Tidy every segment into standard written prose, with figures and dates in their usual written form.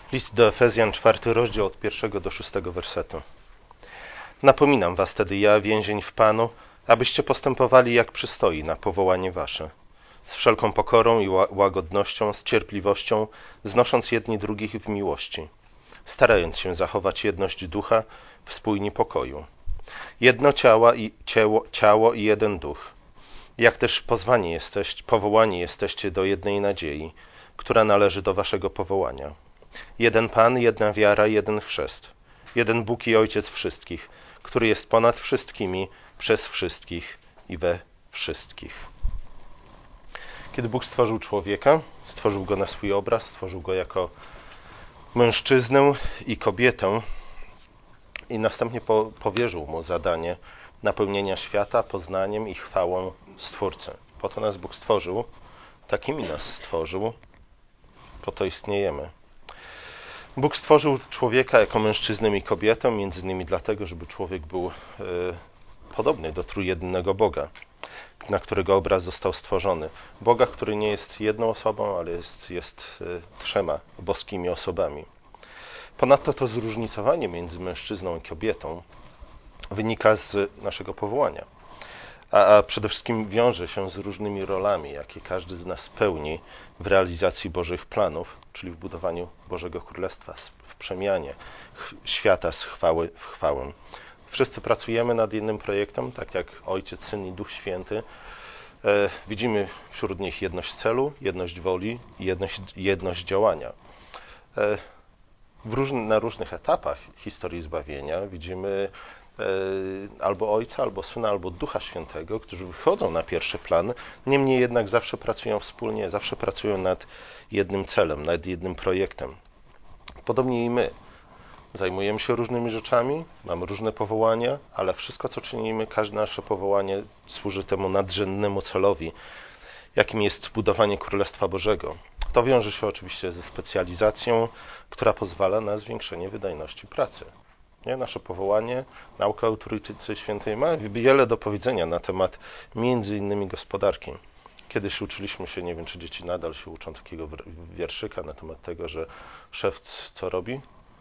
List do Efezjan, 4 rozdział od 1 do 6 wersetu. Napominam was tedy ja, więzień w Panu, abyście postępowali jak przystoi na powołanie wasze, z wszelką pokorą i łagodnością, z cierpliwością, znosząc jedni drugich w miłości, starając się zachować jedność ducha w spójni pokoju. Jedno ciało i jeden duch, jak też powołani jesteście do jednej nadziei, która należy do waszego powołania. Jeden Pan, jedna wiara, jeden chrzest. Jeden Bóg i Ojciec wszystkich, który jest ponad wszystkimi, przez wszystkich i we wszystkich. Kiedy Bóg stworzył człowieka, stworzył go na swój obraz, stworzył go jako mężczyznę i kobietę i następnie powierzył mu zadanie napełnienia świata poznaniem i chwałą Stwórcy. Po to nas Bóg stworzył, takimi nas stworzył, po to istniejemy. Bóg stworzył człowieka jako mężczyznę i kobietę, między innymi dlatego, żeby człowiek był podobny do trójjedynego Boga, na którego obraz został stworzony. Boga, który nie jest jedną osobą, ale jest trzema boskimi osobami. Ponadto to zróżnicowanie między mężczyzną i kobietą wynika z naszego powołania, a przede wszystkim wiąże się z różnymi rolami, jakie każdy z nas pełni w realizacji Bożych planów, czyli w budowaniu Bożego Królestwa, w przemianie świata z chwały w chwałę. Wszyscy pracujemy nad jednym projektem, tak jak Ojciec, Syn i Duch Święty. Widzimy wśród nich jedność celu, jedność woli i jedność działania. Na różnych etapach historii zbawienia widzimy albo Ojca, albo Syna, albo Ducha Świętego, którzy wychodzą na pierwszy plan, niemniej jednak zawsze pracują wspólnie, zawsze pracują nad jednym celem, nad jednym projektem. Podobnie i my. Zajmujemy się różnymi rzeczami, mamy różne powołania, ale wszystko, co czynimy, każde nasze powołanie służy temu nadrzędnemu celowi, jakim jest budowanie Królestwa Bożego. To wiąże się oczywiście ze specjalizacją, która pozwala na zwiększenie wydajności pracy. Nie? Nasze powołanie, nauka autorytetu świętej ma wiele do powiedzenia na temat między innymi gospodarki. Kiedyś uczyliśmy się, nie wiem czy dzieci nadal się uczą takiego wierszyka na temat tego, że szewc co robi?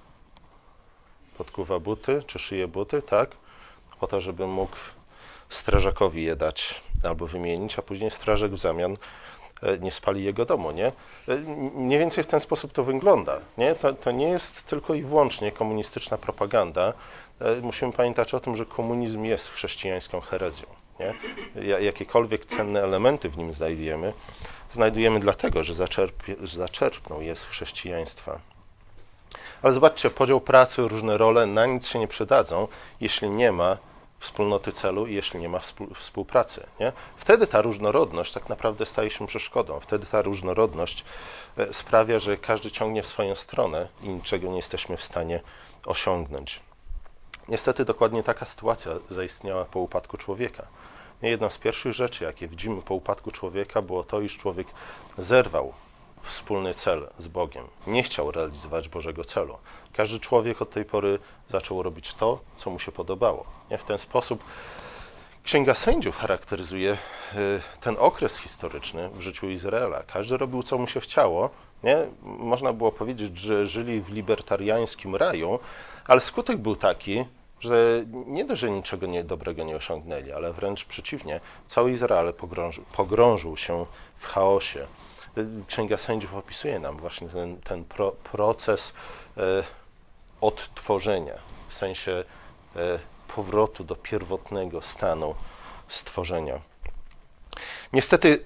Podkuwa buty, czy szyje buty, tak? Po to, żeby mógł strażakowi je dać albo wymienić, a później strażak w zamian nie spali jego domu, nie? Mniej więcej w ten sposób to wygląda, nie? To nie jest tylko i wyłącznie komunistyczna propaganda. Musimy pamiętać o tym, że komunizm jest chrześcijańską herezją, nie? Jakiekolwiek cenne elementy w nim znajdujemy dlatego, że zaczerpnął je z chrześcijaństwa. Ale zobaczcie, podział pracy, różne role na nic się nie przydadzą, jeśli nie ma wspólnoty celu i jeśli nie ma współpracy. Nie? Wtedy ta różnorodność tak naprawdę staje się przeszkodą. Wtedy ta różnorodność sprawia, że każdy ciągnie w swoją stronę i niczego nie jesteśmy w stanie osiągnąć. Niestety dokładnie taka sytuacja zaistniała po upadku człowieka. Jedną z pierwszych rzeczy, jakie widzimy po upadku człowieka, było to, iż człowiek zerwał wspólny cel z Bogiem. Nie chciał realizować Bożego celu. Każdy człowiek od tej pory zaczął robić to, co mu się podobało. Nie? W ten sposób Księga Sędziów charakteryzuje ten okres historyczny w życiu Izraela. Każdy robił, co mu się chciało. Nie? Można było powiedzieć, że żyli w libertariańskim raju, ale skutek był taki, że nie dość, że niczego dobrego nie osiągnęli, ale wręcz przeciwnie, cały Izrael pogrążył się w chaosie. Księga Sędziów opisuje nam właśnie ten proces odtworzenia, w sensie powrotu do pierwotnego stanu stworzenia. Niestety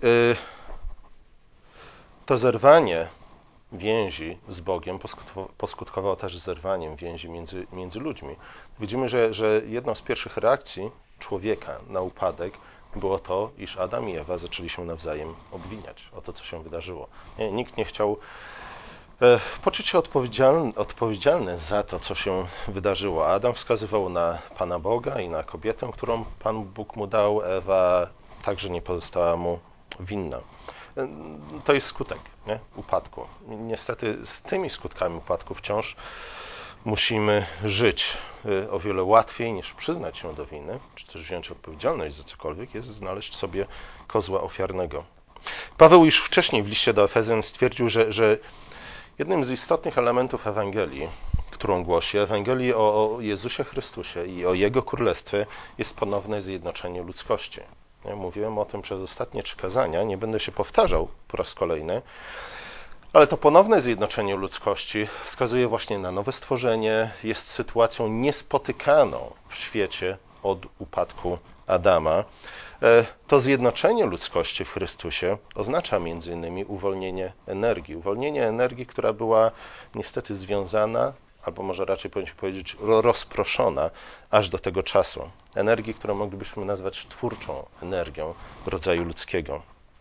to więzi z Bogiem poskutkowało też zerwaniem więzi między ludźmi. Widzimy, że jedną z pierwszych reakcji człowieka na upadek było to, iż Adam i Ewa zaczęli się nawzajem obwiniać o to, co się wydarzyło. Nikt nie chciał poczuć się odpowiedzialny za to, co się wydarzyło. Adam wskazywał na Pana Boga i na kobietę, którą Pan Bóg mu dał. Ewa także nie pozostała mu winna. To jest skutek upadku. Niestety z tymi skutkami upadku wciąż musimy żyć. O wiele łatwiej niż przyznać się do winy, czy też wziąć odpowiedzialność za cokolwiek, jest znaleźć sobie kozła ofiarnego. Paweł już wcześniej w liście do Efezjan stwierdził, że Jednym z istotnych elementów Ewangelii, którą głosi, Ewangelii o Jezusie Chrystusie i o Jego Królestwie, jest ponowne zjednoczenie ludzkości. Mówiłem o tym przez ostatnie 3 kazania, nie będę się powtarzał po raz kolejny, ale to ponowne zjednoczenie ludzkości wskazuje właśnie na nowe stworzenie, jest sytuacją niespotykaną w świecie od upadku Adama. To zjednoczenie ludzkości w Chrystusie oznacza między innymi uwolnienie energii, która była niestety związana, albo może raczej powinniśmy powiedzieć rozproszona aż do tego czasu. Energii, którą moglibyśmy nazwać twórczą energią rodzaju ludzkiego.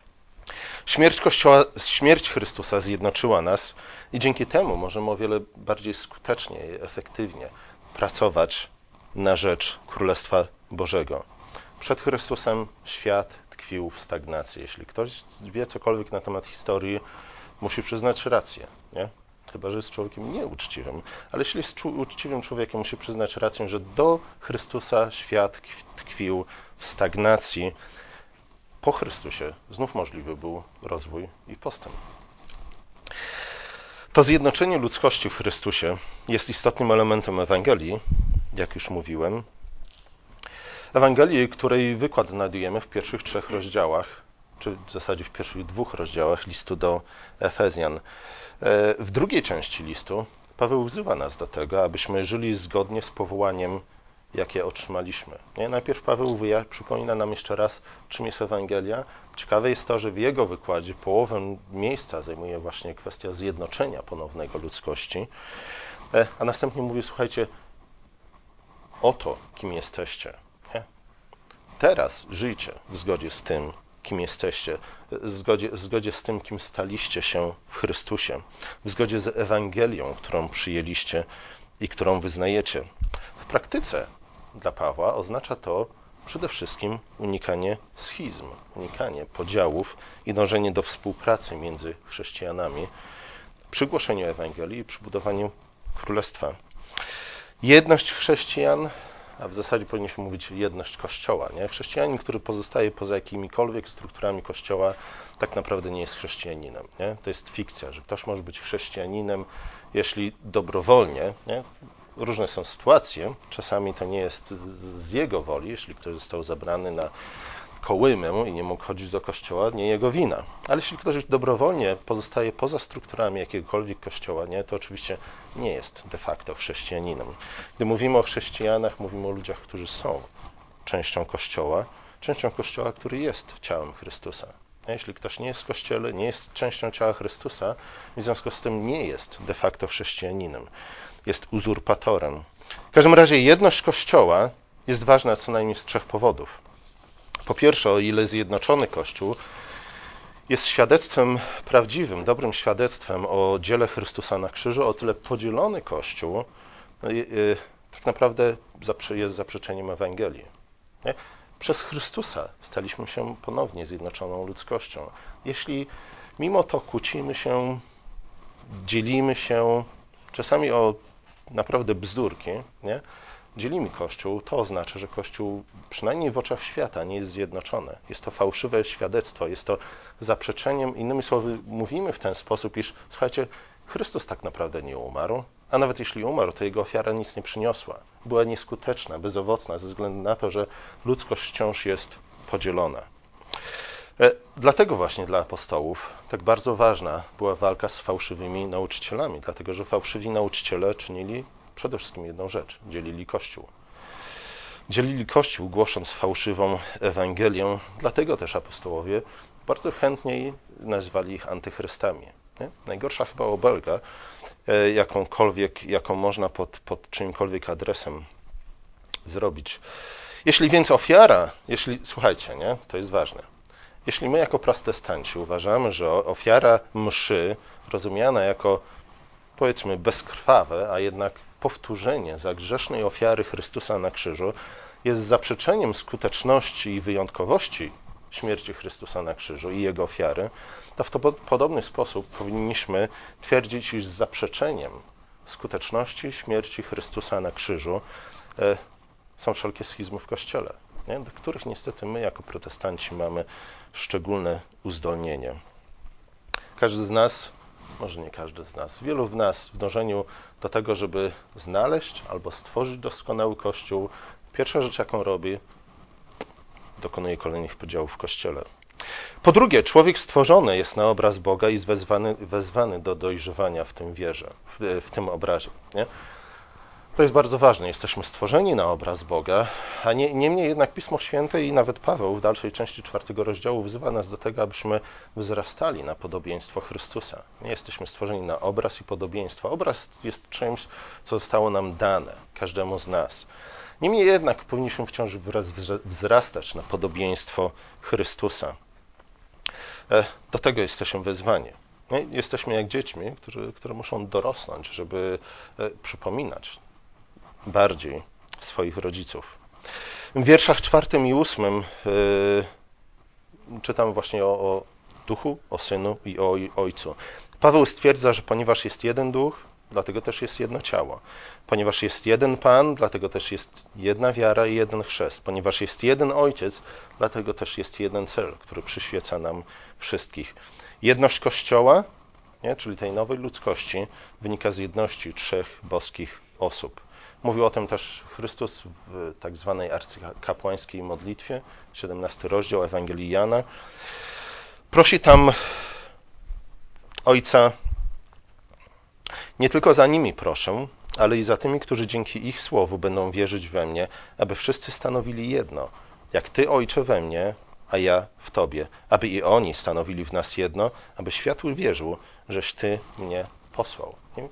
Śmierć Chrystusa zjednoczyła nas i dzięki temu możemy o wiele bardziej skutecznie i efektywnie pracować na rzecz Królestwa Bożego. Przed Chrystusem świat tkwił w stagnacji. Jeśli ktoś wie cokolwiek na temat historii, musi przyznać rację, nie? Chyba że jest człowiekiem nieuczciwym. Ale jeśli jest uczciwym człowiekiem, musi przyznać rację, że do Chrystusa świat tkwił w stagnacji. Po Chrystusie znów możliwy był rozwój i postęp. To zjednoczenie ludzkości w Chrystusie jest istotnym elementem Ewangelii, jak już mówiłem. Ewangelii, której wykład znajdujemy w pierwszych 3 rozdziałach, czy w zasadzie w pierwszych 2 rozdziałach listu do Efezjan. W drugiej części listu Paweł wzywa nas do tego, abyśmy żyli zgodnie z powołaniem, jakie otrzymaliśmy. Najpierw Paweł przypomina nam jeszcze raz, czym jest Ewangelia. Ciekawe jest to, że w jego wykładzie połowę miejsca zajmuje właśnie kwestia zjednoczenia ponownego ludzkości, a następnie mówi, słuchajcie, oto kim jesteście. Teraz żyjcie w zgodzie z tym, kim jesteście, w zgodzie z tym, kim staliście się w Chrystusie, w zgodzie z Ewangelią, którą przyjęliście i którą wyznajecie. W praktyce dla Pawła oznacza to przede wszystkim unikanie schizm, unikanie podziałów i dążenie do współpracy między chrześcijanami przy głoszeniu Ewangelii i przy budowaniu Królestwa. Jedność chrześcijan, a w zasadzie powinniśmy mówić jedność Kościoła. Nie? Chrześcijanin, który pozostaje poza jakimikolwiek strukturami Kościoła, tak naprawdę nie jest chrześcijaninem. Nie? To jest fikcja, że ktoś może być chrześcijaninem, jeśli dobrowolnie. Nie? Różne są sytuacje, czasami to nie jest z jego woli, jeśli ktoś został zabrany na kołymę i nie mógł chodzić do kościoła, nie jego wina. Ale jeśli ktoś dobrowolnie pozostaje poza strukturami jakiegokolwiek kościoła, nie, to oczywiście nie jest de facto chrześcijaninem. Gdy mówimy o chrześcijanach, mówimy o ludziach, którzy są częścią kościoła, który jest ciałem Chrystusa. A jeśli ktoś nie jest w kościele, nie jest częścią ciała Chrystusa, w związku z tym nie jest de facto chrześcijaninem. Jest uzurpatorem. W każdym razie jedność Kościoła jest ważna co najmniej z 3 powodów. Po pierwsze, o ile zjednoczony Kościół jest świadectwem prawdziwym, dobrym świadectwem o dziele Chrystusa na krzyżu, o tyle podzielony Kościół tak naprawdę jest zaprzeczeniem Ewangelii. Nie? Przez Chrystusa staliśmy się ponownie zjednoczoną ludzkością. Jeśli mimo to kłócimy się, dzielimy się, czasami o naprawdę bzdurki, nie? Dzielimy Kościół, to oznacza, że Kościół przynajmniej w oczach świata nie jest zjednoczony. Jest to fałszywe świadectwo, jest to zaprzeczeniem. Innymi słowy, mówimy w ten sposób, iż słuchajcie, Chrystus tak naprawdę nie umarł, a nawet jeśli umarł, to jego ofiara nic nie przyniosła. Była nieskuteczna, bezowocna, ze względu na to, że ludzkość wciąż jest podzielona. Dlatego właśnie dla apostołów tak bardzo ważna była walka z fałszywymi nauczycielami, dlatego że fałszywi nauczyciele czynili przede wszystkim jedną rzecz. Dzielili Kościół. Dzielili Kościół, głosząc fałszywą Ewangelię, dlatego też apostołowie bardzo chętnie nazywali ich antychrystami. Nie? Najgorsza chyba obelga, jaką można pod czyimkolwiek adresem zrobić. Jeśli więc słuchajcie, nie? To jest ważne. Jeśli my jako protestanci uważamy, że ofiara mszy, rozumiana jako powiedzmy bezkrwawe, a jednak powtórzenie za grzesznej ofiary Chrystusa na krzyżu jest zaprzeczeniem skuteczności i wyjątkowości śmierci Chrystusa na krzyżu i Jego ofiary, to w podobny sposób powinniśmy twierdzić, iż zaprzeczeniem skuteczności śmierci Chrystusa na krzyżu są wszelkie schizmy w Kościele, nie? Do których niestety my jako protestanci mamy szczególne uzdolnienie. Każdy z nas może nie każdy z nas, wielu w nas w dążeniu do tego, żeby znaleźć albo stworzyć doskonały Kościół, pierwsza rzecz, jaką robi, dokonuje kolejnych podziałów w Kościele. Po drugie, człowiek stworzony jest na obraz Boga i jest wezwany do dojrzewania w tym wierze, w tym obrazie. Nie? To jest bardzo ważne. Jesteśmy stworzeni na obraz Boga, a niemniej jednak Pismo Święte i nawet Paweł w dalszej części 4 rozdziału wzywa nas do tego, abyśmy wzrastali na podobieństwo Chrystusa. Nie jesteśmy stworzeni na obraz i podobieństwo. Obraz jest czymś, co zostało nam dane, każdemu z nas. Niemniej jednak powinniśmy wciąż wzrastać na podobieństwo Chrystusa. Do tego jesteśmy wezwani. Jesteśmy jak dziećmi, które muszą dorosnąć, żeby przypominać bardziej swoich rodziców. W wierszach 4 i 8 czytam właśnie o Duchu, o Synu i o Ojcu. Paweł stwierdza, że ponieważ jest jeden Duch, dlatego też jest jedno ciało. Ponieważ jest jeden Pan, dlatego też jest jedna wiara i jeden chrzest. Ponieważ jest jeden Ojciec, dlatego też jest jeden cel, który przyświeca nam wszystkich. Jedność Kościoła, czyli tej nowej ludzkości, wynika z jedności trzech boskich osób. Mówił o tym też Chrystus w tak zwanej arcykapłańskiej modlitwie, 17 rozdział Ewangelii Jana. Prosi tam Ojca, nie tylko za nimi proszę, ale i za tymi, którzy dzięki ich słowu będą wierzyć we mnie, aby wszyscy stanowili jedno, jak Ty, Ojcze, we mnie, a ja w Tobie, aby i oni stanowili w nas jedno, aby świat uwierzył, żeś Ty mnie posłał.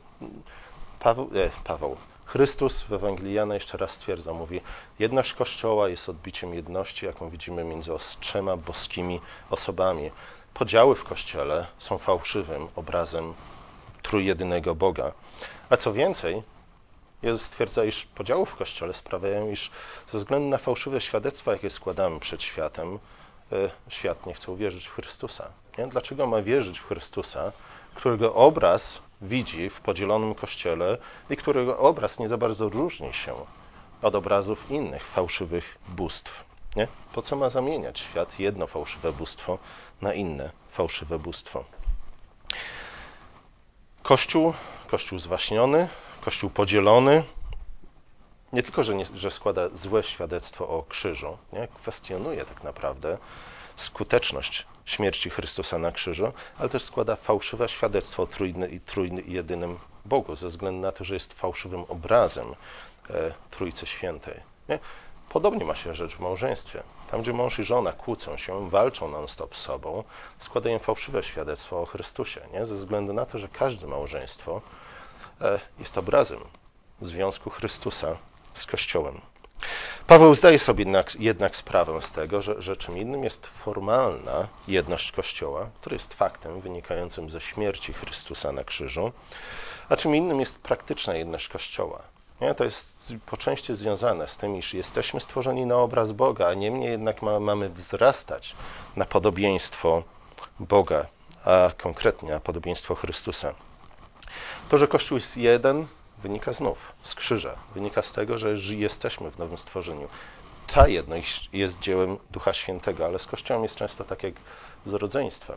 Paweł. Chrystus w Ewangelii Jana jeszcze raz stwierdza, mówi, jedność Kościoła jest odbiciem jedności, jaką widzimy między trzema boskimi osobami. Podziały w Kościele są fałszywym obrazem trójjedynego Boga. A co więcej, Jezus stwierdza, iż podziały w Kościele sprawiają, iż ze względu na fałszywe świadectwa, jakie składamy przed światem, świat nie chce uwierzyć w Chrystusa. Nie? Dlaczego ma wierzyć w Chrystusa, którego obraz widzi w podzielonym Kościele i którego obraz nie za bardzo różni się od obrazów innych fałszywych bóstw? Nie? Po co ma zamieniać świat jedno fałszywe bóstwo na inne fałszywe bóstwo? Kościół zwaśniony, Kościół podzielony, nie tylko, że składa złe świadectwo o krzyżu, nie? Kwestionuje tak naprawdę skuteczność śmierci Chrystusa na krzyżu, ale też składa fałszywe świadectwo o trójjedynym Bogu, ze względu na to, że jest fałszywym obrazem Trójcy Świętej. Nie? Podobnie ma się rzecz w małżeństwie. Tam, gdzie mąż i żona kłócą się, walczą non-stop z sobą, składają fałszywe świadectwo o Chrystusie, nie? Ze względu na to, że każde małżeństwo jest obrazem związku Chrystusa z Kościołem. Paweł zdaje sobie jednak sprawę z tego, że czym innym jest formalna jedność Kościoła, która jest faktem wynikającym ze śmierci Chrystusa na krzyżu, a czym innym jest praktyczna jedność Kościoła. Nie? To jest po części związane z tym, iż jesteśmy stworzeni na obraz Boga, a niemniej jednak mamy wzrastać na podobieństwo Boga, a konkretnie na podobieństwo Chrystusa. To, że Kościół jest jeden, wynika znów z krzyża. Wynika z tego, że jesteśmy w nowym stworzeniu. Ta jedność jest dziełem Ducha Świętego, ale z Kościołem jest często tak jak z rodzeństwem.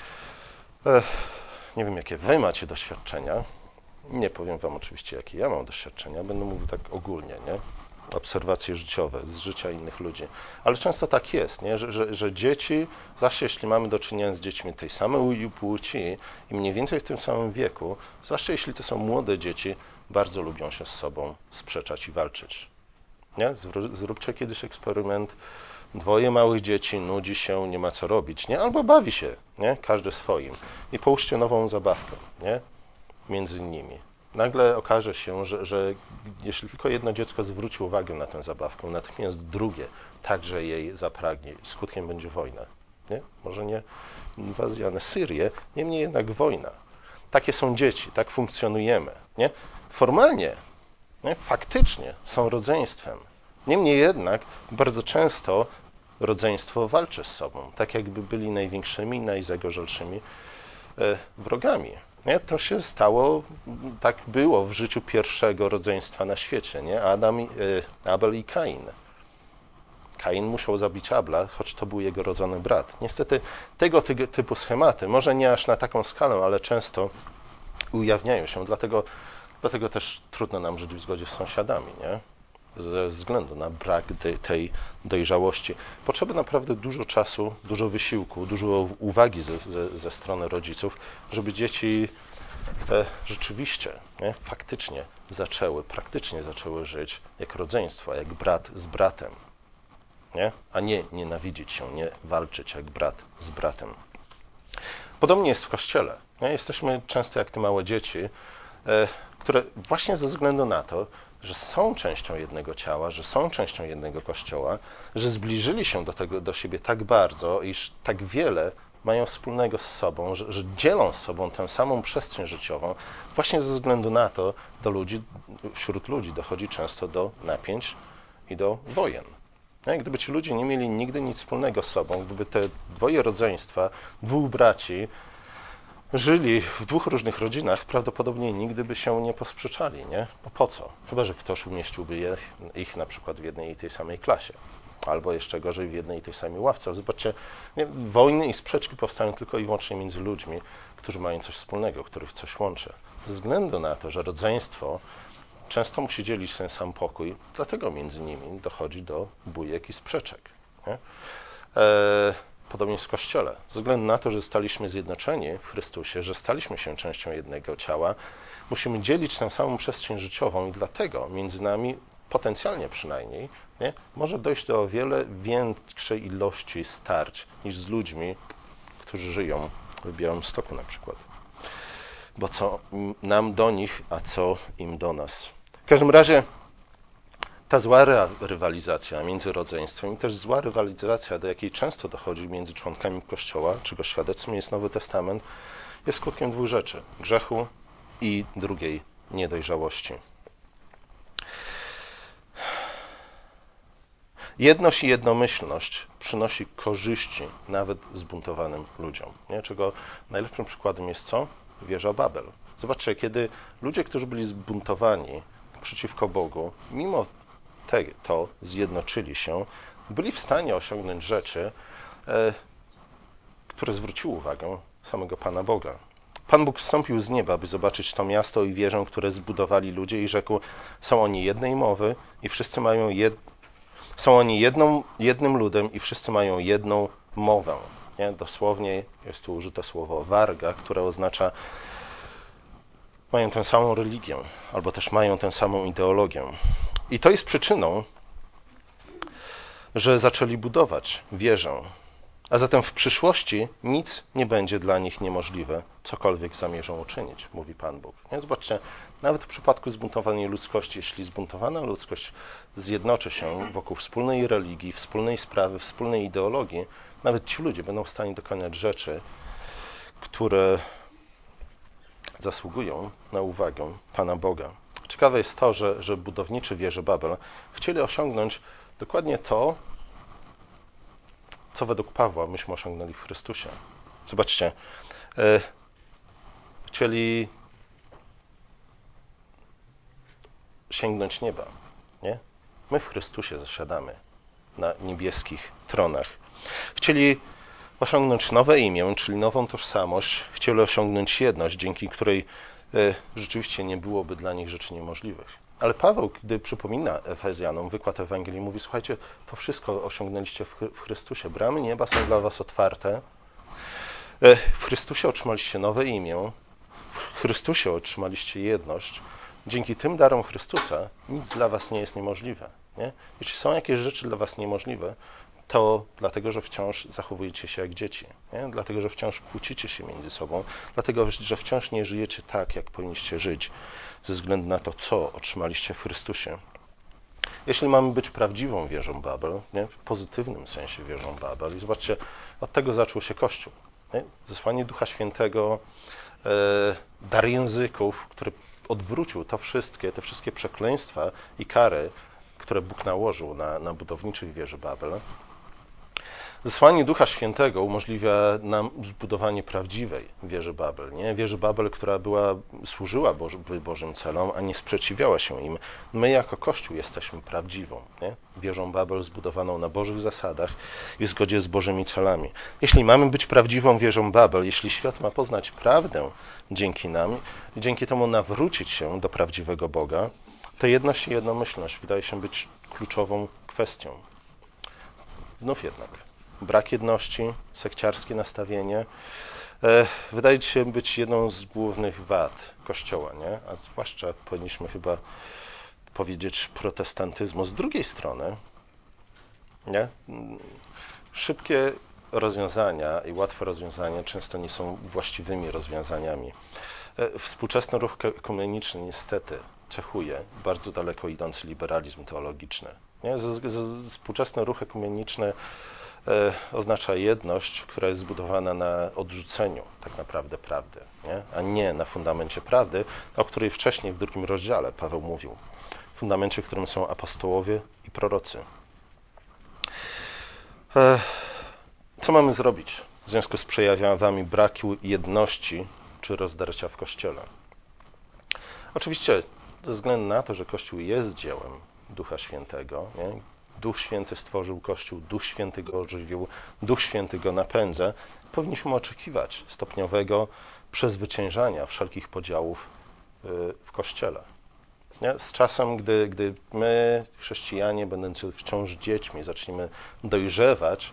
Nie wiem, jakie wy macie doświadczenia. Nie powiem wam oczywiście, jakie ja mam doświadczenia. Będę mówił tak ogólnie, nie? Obserwacje życiowe z życia innych ludzi. Ale często tak jest, nie? Że dzieci, zwłaszcza jeśli mamy do czynienia z dziećmi tej samej płci i mniej więcej w tym samym wieku, zwłaszcza jeśli to są młode dzieci, bardzo lubią się z sobą sprzeczać i walczyć. Nie? Zróbcie kiedyś eksperyment. Dwoje małych dzieci nudzi się, nie ma co robić, nie? Albo bawi się, nie? Każdy swoim. I połóżcie nową zabawkę, nie? Między nimi. Nagle okaże się, że jeśli tylko jedno dziecko zwróci uwagę na tę zabawkę, natychmiast drugie także jej zapragnie. Skutkiem będzie wojna. Nie? Może nie inwazja na Syrię, niemniej jednak wojna. Takie są dzieci, tak funkcjonujemy. Nie? Formalnie, nie? Faktycznie są rodzeństwem. Niemniej jednak bardzo często rodzeństwo walczy z sobą, tak jakby byli największymi, najzagorzalszymi wrogami. Nie? To się stało, tak było w życiu pierwszego rodzeństwa na świecie, nie? Abel i Kain. Kain musiał zabić Abla, choć to był jego rodzony brat. Niestety tego typu schematy, może nie aż na taką skalę, ale często ujawniają się, dlatego też trudno nam żyć w zgodzie z sąsiadami, nie? Ze względu na brak tej dojrzałości. Potrzeba naprawdę dużo czasu, dużo wysiłku, dużo uwagi ze strony rodziców, żeby dzieci rzeczywiście, nie, faktycznie praktycznie zaczęły żyć jak rodzeństwo, jak brat z bratem, nie? A nie nienawidzić się, nie walczyć jak brat z bratem. Podobnie jest w Kościele. Nie? Jesteśmy często jak te małe dzieci, które właśnie ze względu na to, że są częścią jednego ciała, że są częścią jednego Kościoła, że zbliżyli się do siebie tak bardzo, iż tak wiele mają wspólnego z sobą, że dzielą z sobą tę samą przestrzeń życiową, właśnie ze względu na to wśród ludzi dochodzi często do napięć i do wojen. Gdyby ci ludzie nie mieli nigdy nic wspólnego z sobą, gdyby te dwoje rodzeństwa, dwóch braci żyli w dwóch różnych rodzinach, prawdopodobnie nigdy by się nie posprzeczali, nie? Bo po co? Chyba że ktoś umieściłby ich na przykład w jednej i tej samej klasie. Albo jeszcze gorzej w jednej i tej samej ławce. Zobaczcie, wojny i sprzeczki powstają tylko i wyłącznie między ludźmi, którzy mają coś wspólnego, których coś łączy. Ze względu na to, że rodzeństwo często musi dzielić ten sam pokój, dlatego między nimi dochodzi do bujek i sprzeczek. Nie? Podobnie jest w Kościele. Ze względu na to, że staliśmy zjednoczeni w Chrystusie, że staliśmy się częścią jednego ciała, musimy dzielić tę samą przestrzeń życiową i dlatego między nami, potencjalnie przynajmniej, nie, może dojść do o wiele większej ilości starć niż z ludźmi, którzy żyją w Białymstoku na przykład. Bo co nam do nich, a co im do nas. W każdym razie ta zła rywalizacja między rodzeństwem i też zła rywalizacja, do jakiej często dochodzi między członkami Kościoła, czego świadectwem jest Nowy Testament, jest skutkiem dwóch rzeczy: grzechu i drugiej niedojrzałości. Jedność i jednomyślność przynosi korzyści nawet zbuntowanym ludziom. Nie? Czego najlepszym przykładem jest co? Wieża Babel. Zobaczcie, kiedy ludzie, którzy byli zbuntowani przeciwko Bogu, mimo to zjednoczyli się, byli w stanie osiągnąć rzeczy, które zwróciły uwagę samego Pana Boga. Pan Bóg zstąpił z nieba, by zobaczyć to miasto i wieżę, które zbudowali ludzie, i rzekł: są oni jednej mowy i wszyscy mają są oni jednym ludem i wszyscy mają jedną mowę. Nie? Dosłownie jest tu użyte słowo warga, które oznacza mają tę samą religię, albo też mają tę samą ideologię. I to jest przyczyną, że zaczęli budować wieżę. A zatem w przyszłości nic nie będzie dla nich niemożliwe, cokolwiek zamierzą uczynić, mówi Pan Bóg. Nie? Zobaczcie, nawet w przypadku zbuntowanej ludzkości, jeśli zbuntowana ludzkość zjednoczy się wokół wspólnej religii, wspólnej sprawy, wspólnej ideologii, nawet ci ludzie będą w stanie dokonać rzeczy, które zasługują na uwagę Pana Boga. Ciekawe jest to, że budowniczy wieży Babel chcieli osiągnąć dokładnie to, co według Pawła myśmy osiągnęli w Chrystusie. Zobaczcie, chcieli sięgnąć nieba, nie? My w Chrystusie zasiadamy na niebieskich tronach. Chcieli osiągnąć nowe imię, czyli nową tożsamość. Chcieli osiągnąć jedność, dzięki której rzeczywiście nie byłoby dla nich rzeczy niemożliwych. Ale Paweł, gdy przypomina Efezjanom wykład Ewangelii, mówi: słuchajcie, to wszystko osiągnęliście w Chrystusie. Bramy nieba są dla was otwarte. W Chrystusie otrzymaliście nowe imię. W Chrystusie otrzymaliście jedność. Dzięki tym darom Chrystusa nic dla was nie jest niemożliwe. Nie? Jeśli są jakieś rzeczy dla was niemożliwe, to dlatego, że wciąż zachowujecie się jak dzieci. Nie? Dlatego, że wciąż kłócicie się między sobą. Dlatego, że wciąż nie żyjecie tak, jak powinniście żyć, ze względu na to, co otrzymaliście w Chrystusie. Jeśli mamy być prawdziwą wieżą Babel, nie? W pozytywnym sensie wieżą Babel, i zobaczcie, od tego zaczął się Kościół. Nie? Zesłanie Ducha Świętego, dar języków, który odwrócił te wszystkie przekleństwa i kary, które Bóg nałożył na budowniczych wieży Babel, Zesłanie Ducha Świętego umożliwia nam zbudowanie prawdziwej wieży Babel. Nie? Wieży Babel, która służyła Bożym celom, a nie sprzeciwiała się im. My jako Kościół jesteśmy prawdziwą wieżą Babel zbudowaną na Bożych zasadach i w zgodzie z Bożymi celami. Jeśli mamy być prawdziwą wieżą Babel, jeśli świat ma poznać prawdę dzięki nam i dzięki temu nawrócić się do prawdziwego Boga, to jedność i jednomyślność wydaje się być kluczową kwestią. Znów jednak brak jedności, sekciarskie nastawienie wydaje się być jedną z głównych wad Kościoła, nie? A zwłaszcza powinniśmy chyba powiedzieć protestantyzmu. Z drugiej strony nie? Szybkie rozwiązania i łatwe rozwiązania często nie są właściwymi rozwiązaniami. Współczesny ruch ekumeniczny niestety cechuje bardzo daleko idący liberalizm teologiczny. Nie? Współczesny ruch ekumeniczny oznacza jedność, która jest zbudowana na odrzuceniu tak naprawdę prawdy, nie? A nie na fundamencie prawdy, o której wcześniej w 2 rozdziale Paweł mówił. Fundamencie, którym są apostołowie i prorocy. Co mamy zrobić w związku z przejawami braku jedności czy rozdarcia w Kościele? Oczywiście ze względu na to, że Kościół jest dziełem Ducha Świętego, nie? Duch Święty stworzył Kościół, Duch Święty go ożywił, Duch Święty go napędza, powinniśmy oczekiwać stopniowego przezwyciężania wszelkich podziałów w Kościele. Nie? Z czasem, gdy my, chrześcijanie, będący wciąż dziećmi, zaczniemy dojrzewać,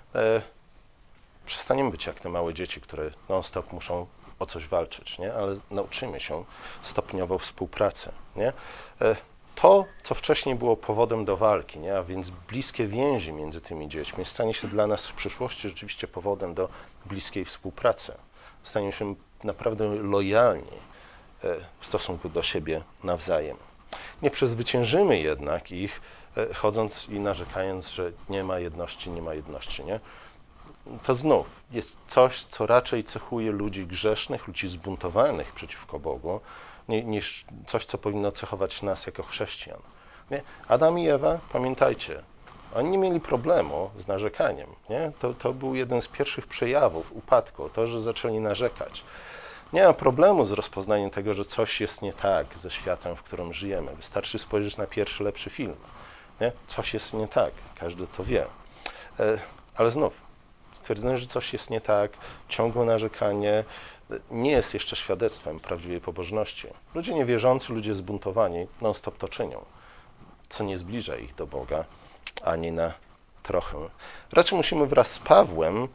przestaniemy być jak te małe dzieci, które non-stop muszą o coś walczyć, nie? Ale nauczymy się stopniowo współpracy. Nie? To, co wcześniej było powodem do walki, nie? A więc bliskie więzi między tymi dziećmi, stanie się dla nas w przyszłości rzeczywiście powodem do bliskiej współpracy. Staniemy się naprawdę lojalni w stosunku do siebie nawzajem. Nie przezwyciężymy jednak ich, chodząc i narzekając, że nie ma jedności, nie? To znów jest coś, co raczej cechuje ludzi grzesznych, ludzi zbuntowanych przeciwko Bogu, niż coś, co powinno cechować nas jako chrześcijan. Nie? Adam i Ewa, pamiętajcie, oni nie mieli problemu z narzekaniem. Nie? To był jeden z pierwszych przejawów upadku, to, że zaczęli narzekać. Nie ma problemu z rozpoznaniem tego, że coś jest nie tak ze światem, w którym żyjemy. Wystarczy spojrzeć na pierwszy, lepszy film. Nie? Coś jest nie tak, każdy to wie. Ale znów, stwierdzenie, że coś jest nie tak, ciągłe narzekanie nie jest jeszcze świadectwem prawdziwej pobożności. Ludzie niewierzący, ludzie zbuntowani non-stop to czynią, co nie zbliża ich do Boga, ani na trochę. Raczej musimy wraz z Pawłem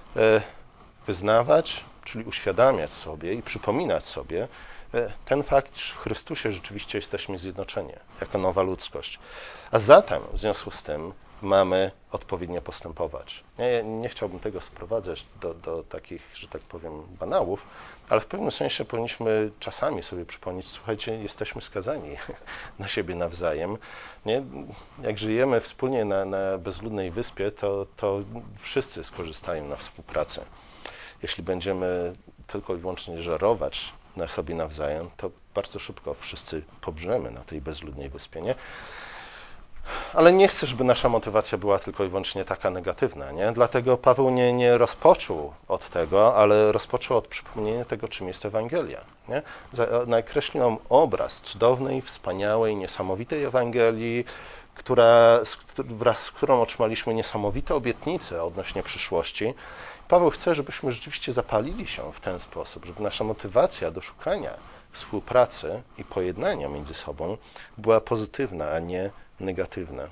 wyznawać, czyli uświadamiać sobie i przypominać sobie ten fakt, że w Chrystusie rzeczywiście jesteśmy zjednoczeni jako nowa ludzkość. A zatem w związku z tym mamy odpowiednio postępować. Ja nie chciałbym tego sprowadzać do takich, że tak powiem, banałów, ale w pewnym sensie powinniśmy czasami sobie przypomnieć, słuchajcie, jesteśmy skazani na siebie nawzajem. Nie? Jak żyjemy wspólnie na bezludnej wyspie, to wszyscy skorzystają na współpracy. Jeśli będziemy tylko i wyłącznie żerować na sobie nawzajem, to bardzo szybko wszyscy pobrzemy na tej bezludnej wyspie. Nie? Ale nie chcę, żeby nasza motywacja była tylko i wyłącznie taka negatywna. Nie? Dlatego Paweł nie rozpoczął od tego, ale rozpoczął od przypomnienia tego, czym jest Ewangelia. Nie? Nakreślił nam obraz cudownej, wspaniałej, niesamowitej Ewangelii, wraz z którą otrzymaliśmy niesamowite obietnice odnośnie przyszłości. Paweł chce, żebyśmy rzeczywiście zapalili się w ten sposób, żeby nasza motywacja do szukania współpracy i pojednania między sobą była pozytywna, a nie negatywna.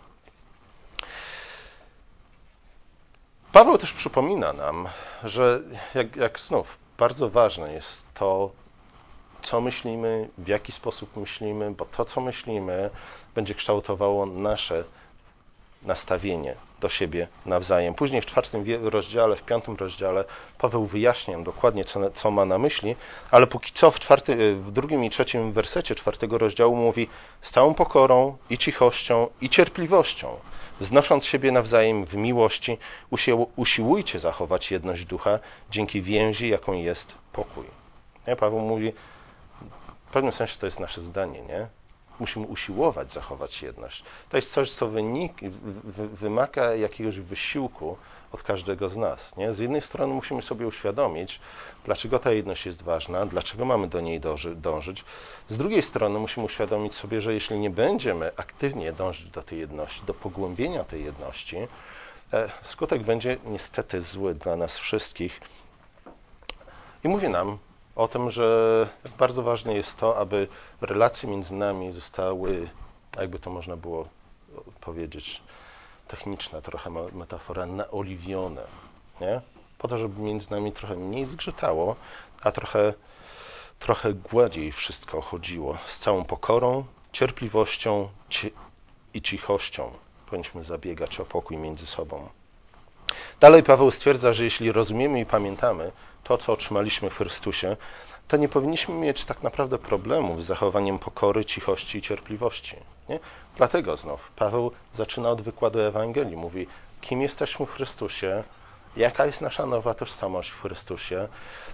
Paweł też przypomina nam, że jak znów bardzo ważne jest to, co myślimy, w jaki sposób myślimy, bo to, co myślimy, będzie kształtowało nasze nastawienie do siebie nawzajem. Później w 4 rozdziale, w 5 rozdziale Paweł wyjaśnia dokładnie, co ma na myśli, ale póki co w 2 i 3 wersecie 4 rozdziału mówi: z całą pokorą i cichością i cierpliwością, znosząc siebie nawzajem w miłości, usiłujcie zachować jedność ducha dzięki więzi, jaką jest pokój. Nie? Paweł mówi, w pewnym sensie to jest nasze zdanie, nie? musimy usiłować zachować jedność. To jest coś, co wymaga jakiegoś wysiłku od każdego z nas. Nie? Z jednej strony musimy sobie uświadomić, dlaczego ta jedność jest ważna, dlaczego mamy do niej dążyć. Z drugiej strony musimy uświadomić sobie, że jeśli nie będziemy aktywnie dążyć do tej jedności, do pogłębienia tej jedności, skutek będzie niestety zły dla nas wszystkich. I mówię nam o tym, że bardzo ważne jest to, aby relacje między nami zostały, jakby to można było powiedzieć, techniczna trochę metafora, naoliwione, nie? Po to, żeby między nami trochę mniej zgrzytało, a trochę gładziej wszystko chodziło. Z całą pokorą, cierpliwością i cichością powinniśmy zabiegać o pokój między sobą. Dalej Paweł stwierdza, że jeśli rozumiemy i pamiętamy to, co otrzymaliśmy w Chrystusie, to nie powinniśmy mieć tak naprawdę problemów z zachowaniem pokory, cichości i cierpliwości. Nie? Dlatego znów Paweł zaczyna od wykładu Ewangelii. Mówi, kim jesteśmy w Chrystusie, jaka jest nasza nowa tożsamość w Chrystusie,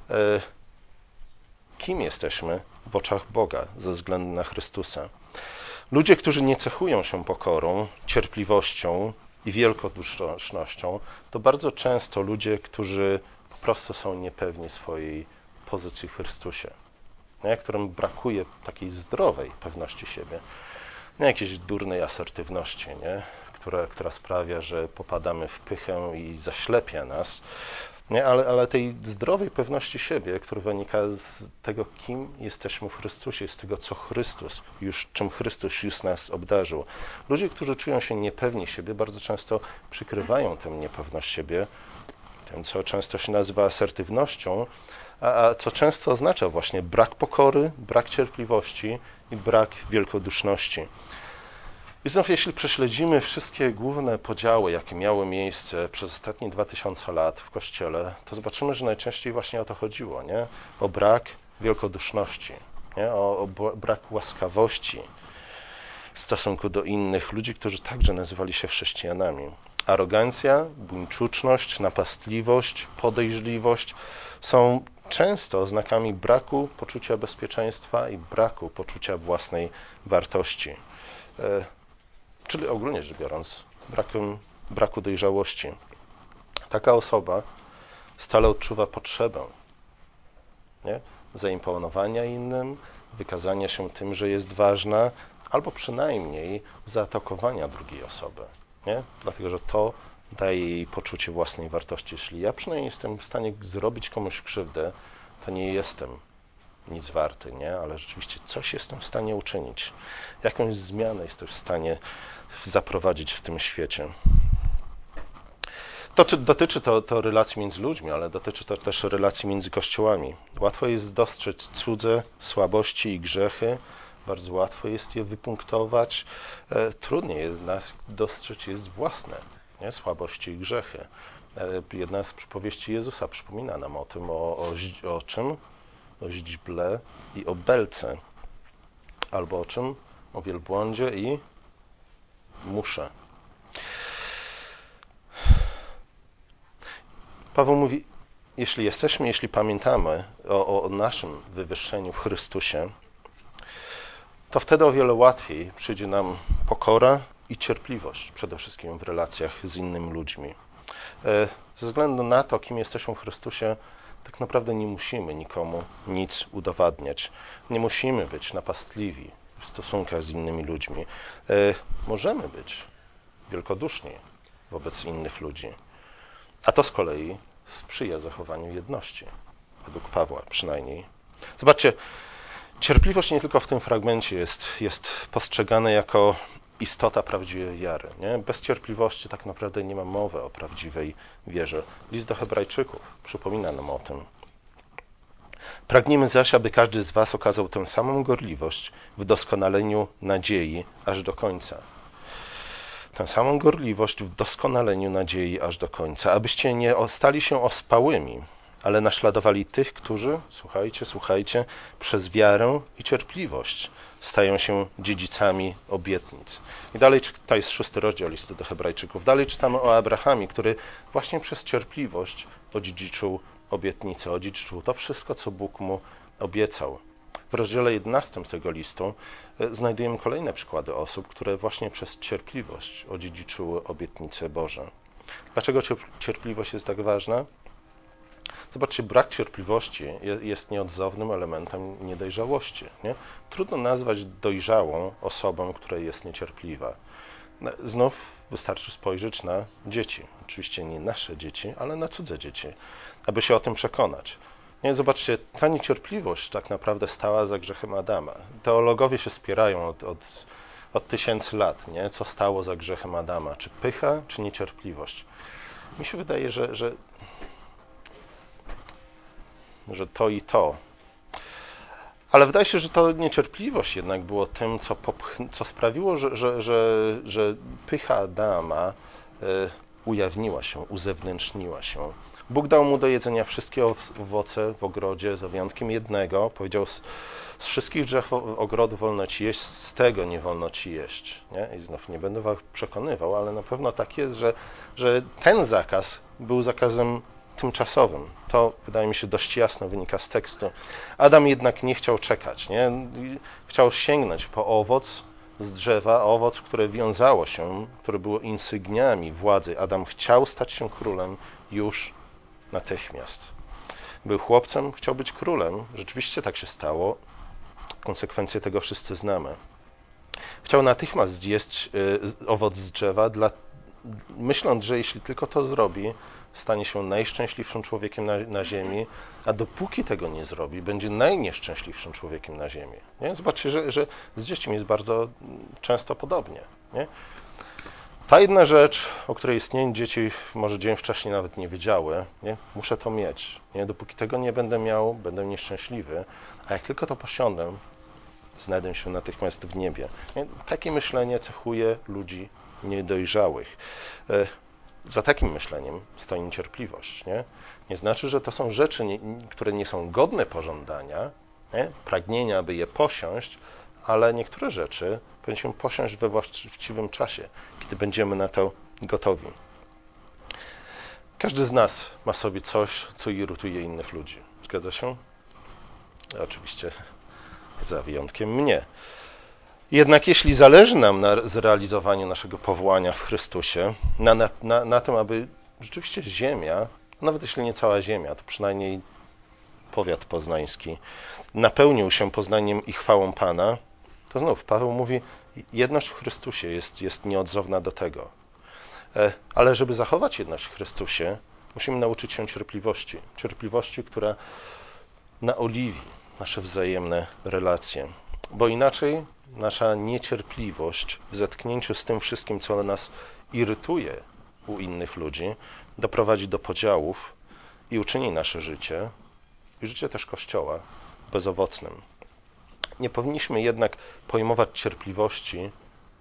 kim jesteśmy w oczach Boga ze względu na Chrystusa. Ludzie, którzy nie cechują się pokorą, cierpliwością i wielkodusznością, to bardzo często ludzie, którzy po prostu są niepewni swojej pozycji w Chrystusie, nie? Którym brakuje takiej zdrowej pewności siebie, nie jakiejś durnej asertywności, nie? Która sprawia, że popadamy w pychę i zaślepia nas, nie? Ale tej zdrowej pewności siebie, która wynika z tego, kim jesteśmy w Chrystusie, z tego, czym Chrystus już nas obdarzył. Ludzie, którzy czują się niepewni siebie, bardzo często przykrywają tę niepewność siebie tym, co często się nazywa asertywnością, a co często oznacza właśnie brak pokory, brak cierpliwości i brak wielkoduszności. I znów, jeśli prześledzimy wszystkie główne podziały, jakie miały miejsce przez ostatnie 2000 lat w Kościele, to zobaczymy, że najczęściej właśnie o to chodziło, nie? O brak wielkoduszności, nie? O brak łaskawości w stosunku do innych ludzi, którzy także nazywali się chrześcijanami. Arogancja, buńczuczność, napastliwość, podejrzliwość są często oznakami braku poczucia bezpieczeństwa i braku poczucia własnej wartości. Czyli ogólnie rzecz biorąc, braku dojrzałości. Taka osoba stale odczuwa potrzebę, nie? Zaimponowania innym, wykazania się tym, że jest ważna, albo przynajmniej zaatakowania drugiej osoby. Nie? Dlatego, że to daje jej poczucie własnej wartości. Jeśli ja przynajmniej jestem w stanie zrobić komuś krzywdę, to nie jestem nic warty, nie? Ale rzeczywiście coś jestem w stanie uczynić. Jakąś zmianę jestem w stanie zaprowadzić w tym świecie. Dotyczy to relacji między ludźmi, ale dotyczy to też relacji między kościołami. Łatwo jest dostrzec cudze słabości i grzechy, bardzo łatwo jest je wypunktować. Trudniej jednak dostrzec jest własne, nie? Słabości i grzechy. Jedna z przypowieści Jezusa przypomina nam o tym, o czym? O źdźble i o belce. Albo o czym? O wielbłądzie i musze. Paweł mówi, jeśli pamiętamy o naszym wywyższeniu w Chrystusie, to wtedy o wiele łatwiej przyjdzie nam pokora i cierpliwość, przede wszystkim w relacjach z innymi ludźmi. Ze względu na to, kim jesteśmy w Chrystusie, tak naprawdę nie musimy nikomu nic udowadniać. Nie musimy być napastliwi w stosunkach z innymi ludźmi. Możemy być wielkoduszni wobec innych ludzi. A to z kolei sprzyja zachowaniu jedności, według Pawła przynajmniej. Zobaczcie, cierpliwość nie tylko w tym fragmencie jest postrzegana jako istota prawdziwej wiary. Nie? Bez cierpliwości tak naprawdę nie ma mowy o prawdziwej wierze. List do Hebrajczyków przypomina nam o tym. Pragniemy zaś, aby każdy z was okazał tę samą gorliwość w doskonaleniu nadziei aż do końca. Tę samą gorliwość w doskonaleniu nadziei aż do końca, abyście nie stali się ospałymi, ale naśladowali tych, którzy, słuchajcie, przez wiarę i cierpliwość stają się dziedzicami obietnic. I dalej, to jest 6 rozdział listu do Hebrajczyków, dalej czytamy o Abrahamie, który właśnie przez cierpliwość odziedziczył obietnicę, odziedziczył to wszystko, co Bóg mu obiecał. W rozdziale 11 tego listu znajdujemy kolejne przykłady osób, które właśnie przez cierpliwość odziedziczyły obietnice Boże. Dlaczego cierpliwość jest tak ważna? Zobaczcie, brak cierpliwości jest nieodzownym elementem niedojrzałości. Nie? Trudno nazwać dojrzałą osobą, która jest niecierpliwa. Znów wystarczy spojrzeć na dzieci. Oczywiście nie nasze dzieci, ale na cudze dzieci, aby się o tym przekonać. Nie, zobaczcie, ta niecierpliwość tak naprawdę stała za grzechem Adama. Teologowie się spierają od tysięcy lat, nie? Co stało za grzechem Adama? Czy pycha, czy niecierpliwość? Mi się wydaje, że to i to. Ale wydaje się, że to niecierpliwość jednak było tym, co sprawiło, że pycha Adama ujawniła się, uzewnętrzniła się. Bóg dał mu do jedzenia wszystkie owoce w ogrodzie, za wyjątkiem jednego. Powiedział, z wszystkich drzew ogrodu wolno ci jeść, z tego nie wolno ci jeść. Nie? I znów nie będę was przekonywał, ale na pewno tak jest, że ten zakaz był zakazem tymczasowym. To, wydaje mi się, dość jasno wynika z tekstu. Adam jednak nie chciał czekać. Nie? Chciał sięgnąć po owoc z drzewa, owoc, które wiązało się, które było insygniami władzy. Adam chciał stać się królem już natychmiast. Był chłopcem, chciał być królem. Rzeczywiście tak się stało. Konsekwencje tego wszyscy znamy. Chciał natychmiast zjeść owoc z drzewa, myśląc, że jeśli tylko to zrobi, stanie się najszczęśliwszym człowiekiem na ziemi, a dopóki tego nie zrobi, będzie najnieszczęśliwszym człowiekiem na ziemi. Nie? Zobaczcie, że z dziećmi jest bardzo często podobnie. Nie? Ta jedna rzecz, o której istnieniu dzieci może dzień wcześniej nawet nie wiedziały, nie? Muszę to mieć. Nie? Dopóki tego nie będę miał, będę nieszczęśliwy, a jak tylko to posiądę, znajdę się natychmiast w niebie. Nie? Takie myślenie cechuje ludzi niedojrzałych. Za takim myśleniem stoi niecierpliwość. Nie znaczy, że to są rzeczy, które nie są godne pożądania, pragnienia, by je posiąść, ale niektóre rzeczy powinniśmy posiąść we właściwym czasie, kiedy będziemy na to gotowi. Każdy z nas ma w sobie coś, co irytuje innych ludzi. Zgadza się? Oczywiście za wyjątkiem mnie. Jednak jeśli zależy nam na zrealizowaniu naszego powołania w Chrystusie, na tym, aby rzeczywiście ziemia, nawet jeśli nie cała ziemia, to przynajmniej powiat poznański, napełnił się poznaniem i chwałą Pana, to znów Paweł mówi, jedność w Chrystusie jest nieodzowna do tego. Ale żeby zachować jedność w Chrystusie, musimy nauczyć się cierpliwości. Cierpliwości, która naoliwi nasze wzajemne relacje. Bo inaczej nasza niecierpliwość w zetknięciu z tym wszystkim, co nas irytuje u innych ludzi, doprowadzi do podziałów i uczyni nasze życie, i życie też Kościoła, bezowocnym. Nie powinniśmy jednak pojmować cierpliwości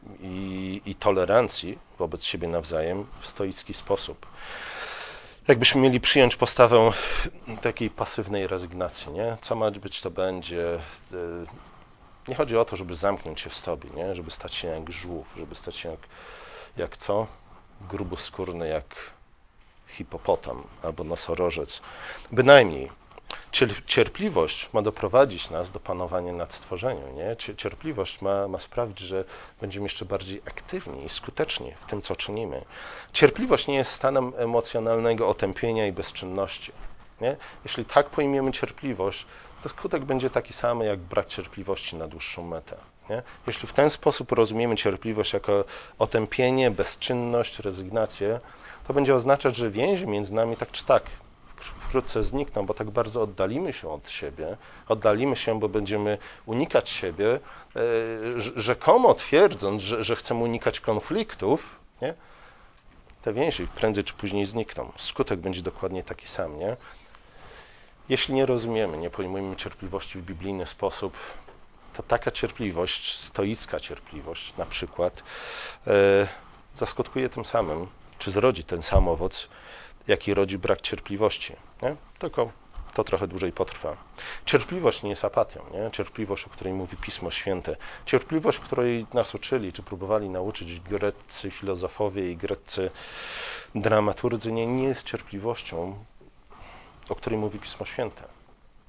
i tolerancji wobec siebie nawzajem w stoicki sposób. Jakbyśmy mieli przyjąć postawę takiej pasywnej rezygnacji, nie? Co ma być, to będzie. Nie chodzi o to, żeby zamknąć się w sobie, nie? Żeby stać się jak żółw, żeby stać się jak co? Gruboskórny jak hipopotam albo nosorożec. Bynajmniej. Cierpliwość ma doprowadzić nas do panowania nad stworzeniem. Nie? Cierpliwość ma sprawić, że będziemy jeszcze bardziej aktywni i skuteczni w tym, co czynimy. Cierpliwość nie jest stanem emocjonalnego otępienia i bezczynności. Nie? Jeśli tak pojmiemy cierpliwość, to skutek będzie taki sam jak brak cierpliwości na dłuższą metę. Nie? Jeśli w ten sposób rozumiemy cierpliwość jako otępienie, bezczynność, rezygnację, to będzie oznaczać, że więzi między nami tak czy tak wkrótce znikną, bo tak bardzo oddalimy się od siebie, bo będziemy unikać siebie, rzekomo twierdząc, że chcemy unikać konfliktów, nie? Te więzi prędzej czy później znikną. Skutek będzie dokładnie taki sam. Nie? Jeśli nie rozumiemy, nie pojmujemy cierpliwości w biblijny sposób, to taka cierpliwość, stoicka cierpliwość na przykład, zaskutkuje tym samym, czy zrodzi ten sam owoc, jaki rodzi brak cierpliwości. Nie? Tylko to trochę dłużej potrwa. Cierpliwość nie jest apatią. Nie? Cierpliwość, o której mówi Pismo Święte. Cierpliwość, której nas uczyli, czy próbowali nauczyć greccy filozofowie i greccy dramaturdzy, nie jest cierpliwością, o której mówi Pismo Święte.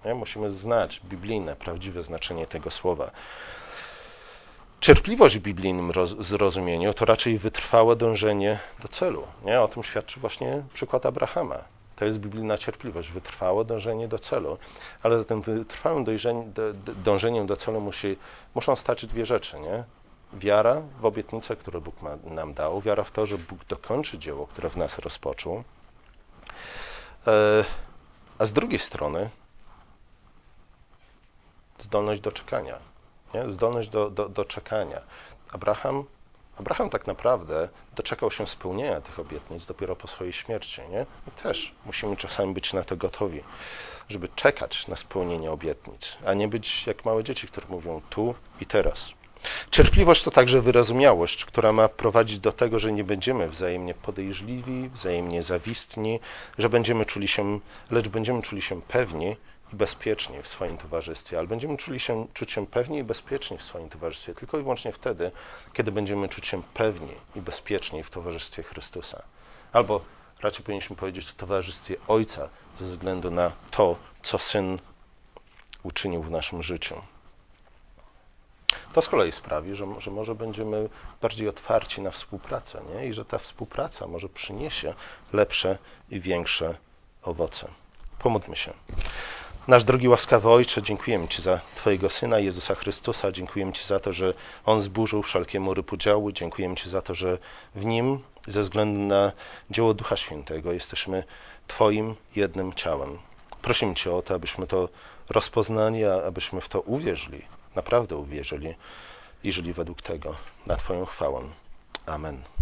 Nie? Musimy znać biblijne, prawdziwe znaczenie tego słowa. Cierpliwość w biblijnym zrozumieniu to raczej wytrwałe dążenie do celu. Nie? O tym świadczy właśnie przykład Abrahama. To jest biblijna cierpliwość, wytrwałe dążenie do celu. Ale za tym wytrwałym dążeniem do celu muszą stać dwie rzeczy. Nie? Wiara w obietnicę, którą Bóg nam dał, wiara w to, że Bóg dokończy dzieło, które w nas rozpoczął, a z drugiej strony zdolność do czekania. Nie? Zdolność do czekania. Abraham tak naprawdę doczekał się spełnienia tych obietnic dopiero po swojej śmierci. Nie? I też musimy czasami być na to gotowi, żeby czekać na spełnienie obietnic, a nie być jak małe dzieci, które mówią tu i teraz. Cierpliwość to także wyrozumiałość, która ma prowadzić do tego, że nie będziemy wzajemnie podejrzliwi, wzajemnie zawistni, lecz będziemy czuli się pewni i bezpieczni w swoim towarzystwie, ale będziemy czuć się pewni i bezpieczni w swoim towarzystwie tylko i wyłącznie wtedy, kiedy będziemy czuć się pewni i bezpieczni w towarzystwie Chrystusa. Albo raczej powinniśmy powiedzieć w towarzystwie Ojca ze względu na to, co Syn uczynił w naszym życiu. To z kolei sprawi, że może będziemy bardziej otwarci na współpracę, nie? I że ta współpraca może przyniesie lepsze i większe owoce. Pomódlmy się. Nasz drogi łaskawy Ojcze, dziękujemy Ci za Twojego Syna, Jezusa Chrystusa. Dziękujemy Ci za to, że On zburzył wszelkie mury podziału. Dziękujemy Ci za to, że w Nim, ze względu na dzieło Ducha Świętego, jesteśmy Twoim jednym ciałem. Prosimy Cię o to, abyśmy to rozpoznali, abyśmy w to uwierzyli, naprawdę uwierzyli i żyli według tego, na Twoją chwałę. Amen.